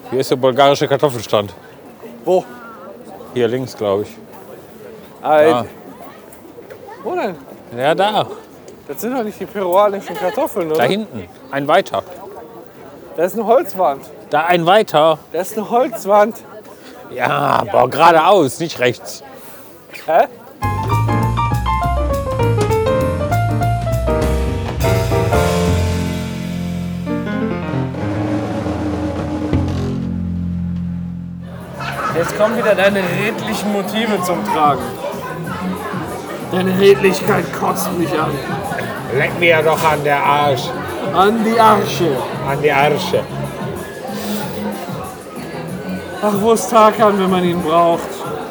Hier ist der bulgarische Kartoffelstand. Wo? Hier links, glaube ich. Ja. Wo denn? Ja, da. Das sind doch nicht die peruanischen Kartoffeln, oder? Da hinten. Ein weiter. Da ist eine Holzwand. Da ein weiter. Da ist eine Holzwand. Ja, aber geradeaus, nicht rechts. Hä? Jetzt kommen wieder deine redlichen Motive zum Tragen. Deine Redlichkeit kotzt mich an. Leck mir doch an der Arsch. An die Arsche. An die Arsche. Ach, wo ist Tarkan, wenn man ihn braucht?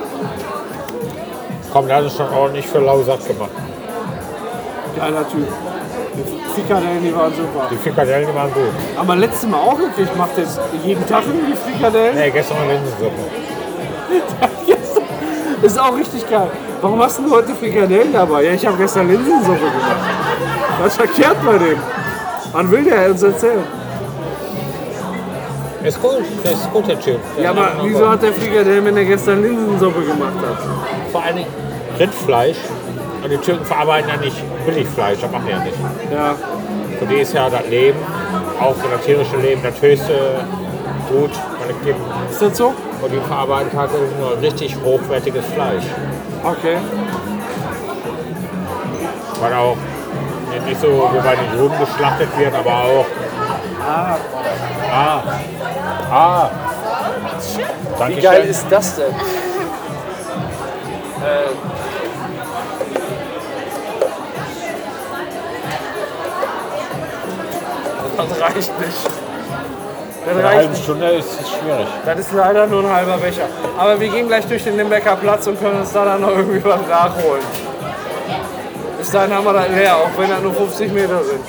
Komm, der hat es schon ordentlich für Lausack gemacht. Geiler Typ. Die Frikadellen, die waren super. Die Frikadellen, die waren gut. Aber letztes Mal auch gekriegt, macht jetzt jeden Tag irgendwie Frikadellen? Nee, gestern war Linsensuppe. Ist auch richtig geil. Warum hast du heute Frikadellen dabei? Ja, ich habe gestern Linsensuppe gemacht. Was ist verkehrt bei dem? Wann will der uns erzählen? Ist gut, das ist gut, der Typ. Ja, aber wieso hat der Frikadellen, wenn er gestern Linsensuppe gemacht hat? Vor allem Rindfleisch. Und die Türken verarbeiten ja nicht Billigfleisch, das machen die ja nicht. Ja. Für die ist ja das Leben, auch für das tierische Leben, das höchste Gut, was es gibt. Ist das so? Und die verarbeiten tatsächlich nur richtig hochwertiges Fleisch. Okay. Weil auch nicht so wie bei den Juden geschlachtet wird, aber auch. Dankeschön. Wie geil ist das denn? Das reicht nicht. Das Eine reicht halbe nicht. Stunde ist es schwierig. Das ist leider nur ein halber Becher. Aber wir gehen gleich durch den Limbecker Platz und können uns da dann noch irgendwie was nachholen. Bis dahin haben wir das leer, auch wenn das nur 50 Meter sind.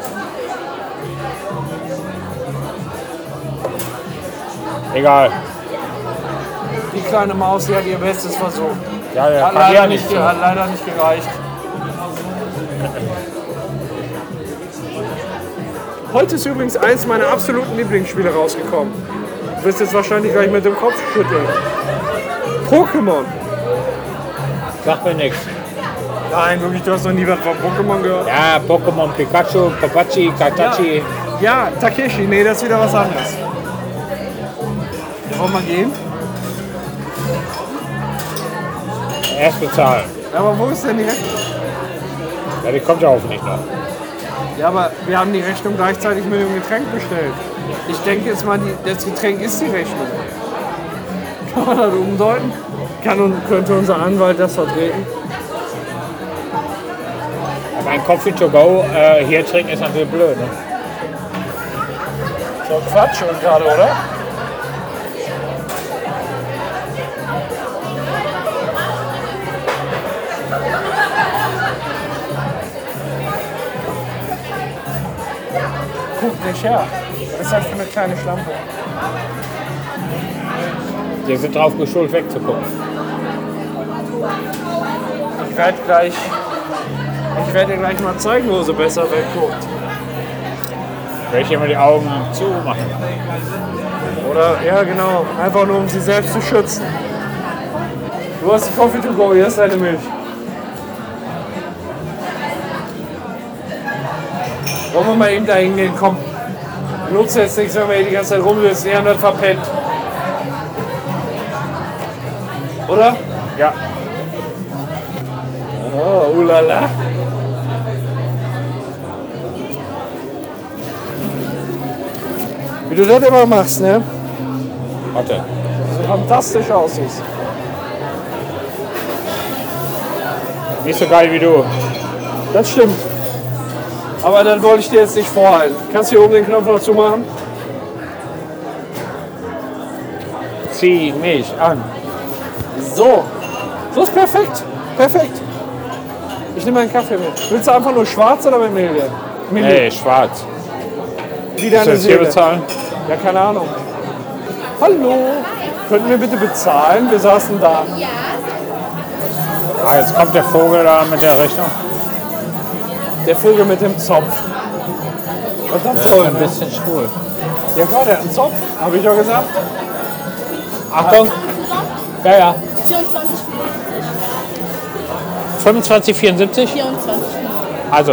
Egal. Die kleine Maus, die hat ihr Bestes versucht. Ja, der Hat kann leider ja nicht, nicht so. hat leider nicht gereicht. Heute ist übrigens eins meiner absoluten Lieblingsspiele rausgekommen. Du wirst jetzt wahrscheinlich gleich mit dem Kopf schütteln. Pokémon. Sagt mir nichts. Nein, wirklich, du hast noch nie was von Pokémon gehört? Ja, Pokémon, Pikachu, Papachi, Katachi. Ja, Takeshi, nee, das ist wieder was anderes. Wollen wir gehen? Erst bezahlen. Ja, aber wo ist denn die Rechnung? Ja, die kommt ja hoffentlich noch. Ja, aber wir haben die Rechnung gleichzeitig mit dem Getränk bestellt. Ich denke jetzt mal, das Getränk ist die Rechnung. Kann man das umdeuten? Könnte unser Anwalt das vertreten? Aber ein Coffee to go hier trinken ist natürlich blöd. Ne? So Quatsch schon gerade, oder? Guck nicht her. Was ist das für eine kleine Schlampe? Die sind drauf geschult, wegzugucken. Ich werde dir gleich mal zeigen, wo sie besser wegguckt. Werde ich immer die Augen zumachen. Oder, ja genau, einfach nur um sie selbst zu schützen. Du hast die Coffee to go, hier ist deine Milch. Wollen wir mal eben da hingehen? Komm. Nutzt jetzt nichts, wenn wir hier die ganze Zeit rumsitzen. Die haben das verpennt. Oder? Ja. Oh, ulala. Wie du das immer machst, ne? Warte. So fantastisch aussiehst. Nicht so geil wie du. Das stimmt. Aber dann wollte ich dir jetzt nicht vorhalten. Kannst du hier oben den Knopf noch zumachen? Zieh mich an. So. So ist perfekt. Perfekt. Ich nehme einen Kaffee mit. Willst du einfach nur schwarz oder mit Milch? Nee, schwarz. Wie Willst du deine das hier Seele. bezahlen? Ja, keine Ahnung. Hallo. Könnten wir bitte bezahlen? Wir saßen da. Ah, jetzt kommt der Vogel da mit der Rechnung. Der Vogel mit dem Zopf. Und dann Das ist soll ein bisschen schwul. Ja klar, der hat einen Zopf, habe ich ja gesagt. Achtung. Ja, ja. 24,50. 25,74. 24,50. Also.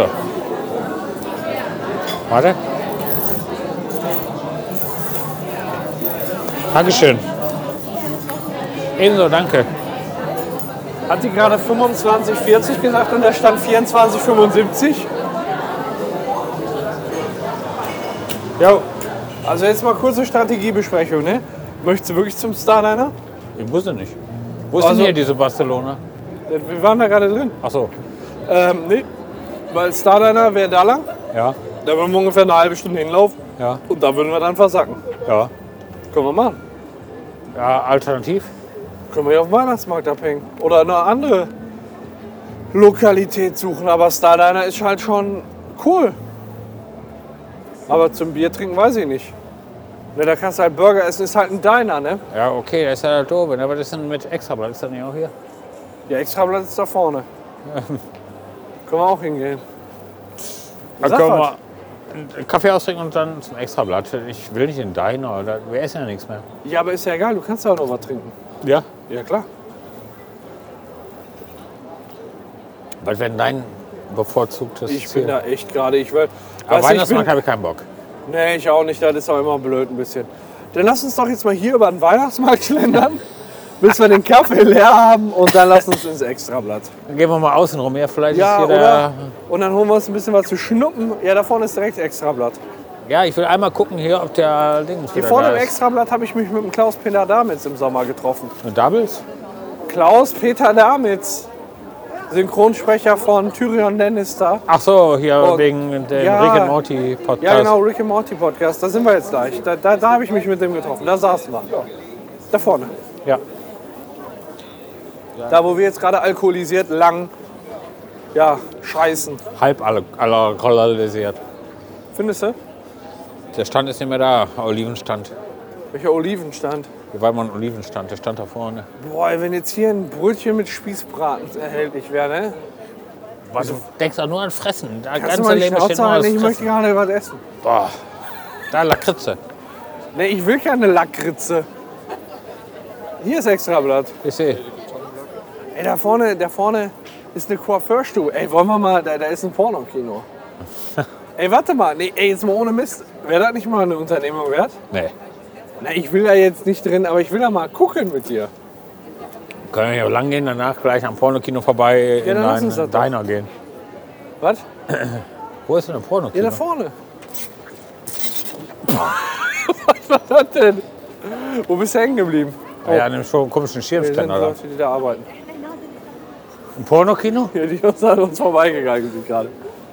Warte. Dankeschön. Ebenso, danke. Hat die gerade 25,40 gesagt und da stand 24,75? Ja, also jetzt mal kurze Strategiebesprechung, ne? Möchtest du wirklich zum Starliner? Ich wusste nicht. Wo ist Also- denn hier diese Barcelona? Wir waren da gerade drin. Ach so. Nee, weil Starliner wäre da lang. Ja, Da würden wir ungefähr eine halbe Stunde hinlaufen ja, und da würden wir dann versacken. ja. Können wir machen. Ja, alternativ. Können wir hier auf dem Weihnachtsmarkt abhängen. Oder eine andere Lokalität suchen. Aber Starliner ist halt schon cool. Aber zum Bier trinken weiß ich nicht. Ne, da kannst du halt Burger essen, ist halt ein Diner, ne? Ja, okay, das ist ja doof. Aber das ist dann mit Extrablatt. Ist das nicht auch hier? Der Extrablatt ist da vorne. Können wir auch hingehen. Dann Sag können was. wir einen Kaffee austrinken und dann zum Extrablatt. Ich will nicht in den Diner. Wir essen ja nichts mehr. Ja, aber ist ja egal, du kannst ja auch noch was trinken. Ja? Ja, klar. Was wäre denn dein bevorzugtes Ich Ziel? bin da echt gerade, ich will... Aber Weißt du, Weihnachtsmarkt habe ich keinen Bock. Nee, ich auch nicht, das ist auch immer blöd ein bisschen. Dann lass uns doch jetzt mal hier über den Weihnachtsmarkt schlendern, bis wir den Kaffee leer haben und dann lass uns ins Extrablatt. Dann gehen wir mal außen rum. Ja, vielleicht Ja, ist hier oder? Und dann holen wir uns ein bisschen was zu schnuppen. Ja, da vorne ist direkt Extrablatt. Ja, ich will einmal gucken hier, ob der Dings Hier wieder vorne da im ist. Extrablatt habe ich mich mit dem Klaus-Peter Damitz im Sommer getroffen. Und Doubles? Klaus-Peter Damitz, Synchronsprecher von Tyrion Lannister. Ach so, hier Und- wegen dem Ja. Rick and Morty Podcast. Ja, genau, Rick and Morty Podcast. Da sind wir jetzt gleich. Da habe ich mich mit dem getroffen. Da saßen wir. Da vorne. Ja. Da, wo wir jetzt gerade alkoholisiert lang, ja, scheißen. Halb alkoholisiert. Findest du? Der Stand ist nicht mehr da, Olivenstand. Welcher Olivenstand? Hier war mal ein Olivenstand, der stand da vorne. Boah, wenn jetzt hier ein Brötchen mit Spießbraten erhältlich wäre, ne? Du denkst doch nur an Fressen. Das Kannst du ganze mal die Leben besteht Schnauze nur aus halten? Ich möchte Fressen. gerade was essen. Boah, da Lakritze. Ne, ich will keine Lackritze. Hier ist Extrablatt. Ich sehe. Ey, da vorne ist eine Coiffeurstube. Ey, wollen wir mal, da ist ein Pornokino. Ey, warte mal. Nee, ey, jetzt mal ohne Mist. Wäre das nicht mal eine Unternehmung wert? Nee. Na, ich will da jetzt nicht drin, aber ich will da mal gucken mit dir. Können wir hier lang gehen, danach gleich am Pornokino vorbei in dann lass uns einen das doch. Diner gehen. Was? Wo ist denn ein Ja, Pornokino? da vorne. Was war das denn? Wo bist du hängen geblieben? Ah ja, an einem schon komischen Wir sind Schirmständer da. Leute, die da arbeiten. Ein Pornokino? Ja, die sind an uns vorbeigegangen sind gerade.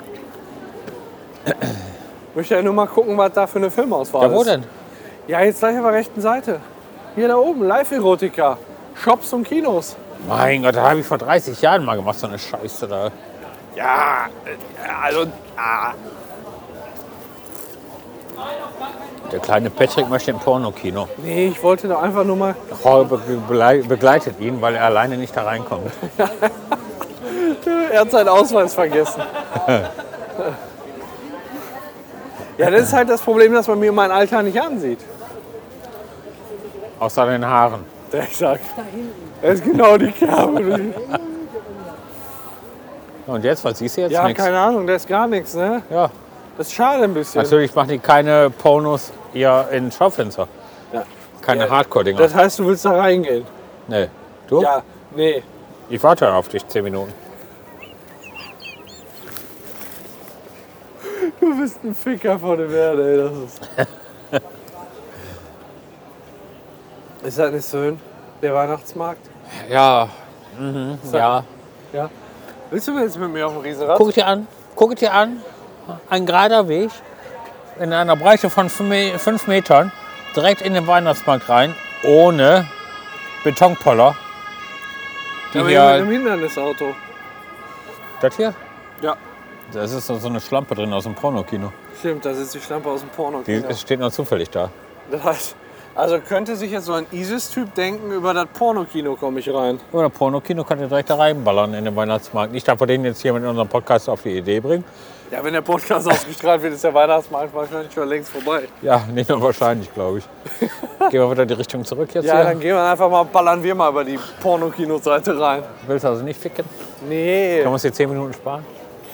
Ich möchte ja nur mal gucken, was da für eine Filmauswahl Ja, wo ist. denn? Ja, jetzt gleich auf der rechten Seite. Hier da oben, Live-Erotika. Shops und Kinos. Mein Gott, das habe ich vor 30 Jahren mal gemacht, so eine Scheiße da. Ja, also... Der kleine Patrick möchte im Pornokino. Nee, ich wollte doch einfach nur mal... Paul begleitet ihn, weil er alleine nicht da reinkommt. Er hat seinen Ausweis vergessen. Ja, das ist halt das Problem, dass man mir mein Alter nicht ansieht. Außer den Haaren. Der sagt, das ist genau die Kerbe. Und jetzt, was siehst du jetzt? Ja, Nix. keine Ahnung, das ist gar nichts, ne? Ja, Das ist schade ein bisschen. natürlich machen die keine Pornos hier in Schaufenster. Ja. Keine Ja, Hardcore-Dinger. Das heißt, du willst da reingehen? Nee. Du? Ja, nee. Ich warte auf dich 10 Minuten. Du bist ein Ficker von der Werde, ey. Das ist... Ist das nicht schön? Der Weihnachtsmarkt? Ja. Ja. Ja. Willst du jetzt mit mir auf dem Riesenrad? Guck es dir an. Guck es dir an. Ein gerader Weg in einer Breite von 5 Metern direkt in den Weihnachtsmarkt rein, ohne Betonpoller. Die Aber hier mit einem hier, Hindernisauto. das hier? Ja. Da ist so eine Schlampe drin aus dem Pornokino. Stimmt, da sitzt die Schlampe aus dem Porno. Die steht noch zufällig da. Das heißt, Also könnte sich jetzt so ein ISIS-Typ denken, über das Pornokino komme ich rein. Oder Pornokino könnt ihr direkt da reinballern in den Weihnachtsmarkt. Nicht, dass wir den jetzt hier mit unserem Podcast auf die Idee bringen. Ja, wenn der Podcast ausgestrahlt wird, ist der Weihnachtsmarkt wahrscheinlich schon längst vorbei. Ja, nicht nur wahrscheinlich, glaube ich. Gehen wir wieder die Richtung zurück jetzt Ja, hier. dann gehen wir einfach mal, ballern wir mal über die Pornokino-Seite rein. Willst du also nicht ficken? Nee. Können wir uns hier 10 Minuten sparen?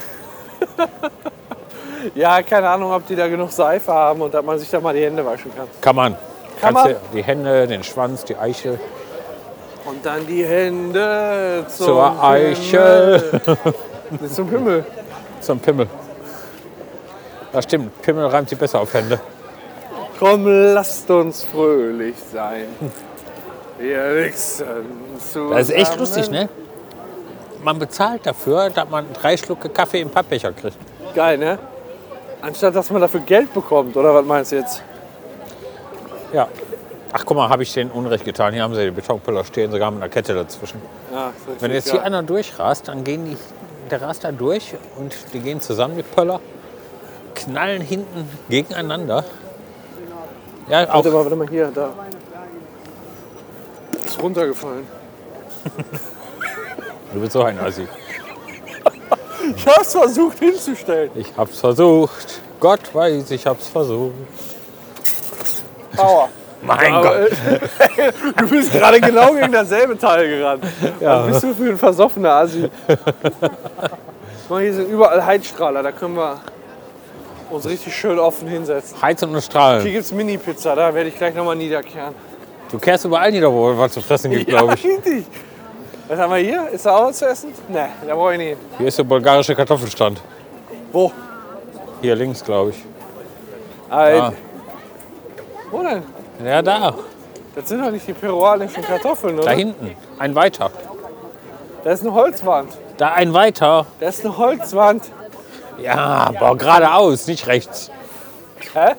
Ja, keine Ahnung, ob die da genug Seife haben und dass man sich da mal die Hände waschen kann. Kann man. Kann Kannst man? du die Hände, den Schwanz, die Eichel. Und dann die Hände Zur Eichel. Nee, zum Himmel. Zum Pimmel. Das stimmt, Pimmel reimt sich besser auf Hände. Komm, lasst uns fröhlich sein. Wir wichsen zusammen. Das ist echt lustig, ne? Man bezahlt dafür, dass man 3 Schlucke Kaffee im Pappbecher kriegt. Geil, ne? Anstatt, dass man dafür Geld bekommt, oder was meinst du jetzt? Ja. Ach, guck mal, habe ich denen Unrecht getan. Hier haben sie die Betonpöller stehen, sogar mit einer Kette dazwischen. Ja, Wenn jetzt hier einer durchrast, dann gehen der rast da durch und die gehen zusammen mit Pöller, knallen hinten gegeneinander. Ja, auch. Warte mal, hier, da. Ist runtergefallen. Du bist so ein Assi. Ich hab's versucht hinzustellen. Ich hab's versucht. Gott weiß, ich hab's versucht. Aua. Mein Aber, Gott. du bist gerade genau gegen dasselbe Teil gerannt. Ja. Was bist du für ein versoffener Assi? Guck mal, hier sind überall Heizstrahler, da können wir uns richtig schön offen hinsetzen. Heizen und Hier Strahlen. gibt's Mini-Pizza, da werde ich gleich nochmal niederkehren. Du kehrst überall nieder, wo es was zu fressen gibt, glaube ich. richtig. Was haben wir hier? Ist da auch was zu essen? Ne, da brauche ich nicht hin. Hier ist der bulgarische Kartoffelstand. Wo? Hier links, glaube ich. Alter. Wo denn? Ja, da. Das sind doch nicht die peruanischen Kartoffeln, oder? Da hinten. Ein weiter. Da ist eine Holzwand. Da ein weiter. Da ist eine Holzwand. Ja, boah, geradeaus, nicht rechts. Hä?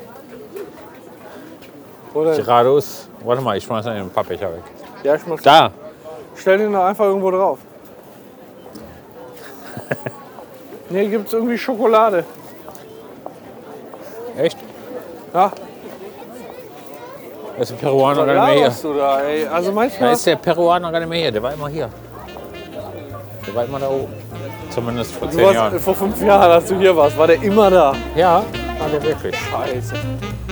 Wo denn? Geradeaus. Warte mal, ich schmeiß den Pappbecher weg. Ja, ich muss. Da. Stell den doch einfach irgendwo drauf. Nee, gibt's irgendwie Schokolade. Echt? Ja, Da ist der Peruaner was gar nicht mehr laberst du da, ey? Also hier. Da manchmal. ist der Peruaner gar nicht mehr hier. Der war immer hier. Der war immer da oben. Zumindest vor 10 Jahren. Vor 5 Jahren, als du hier warst, war der immer da. Ja, war der wirklich. Scheiße.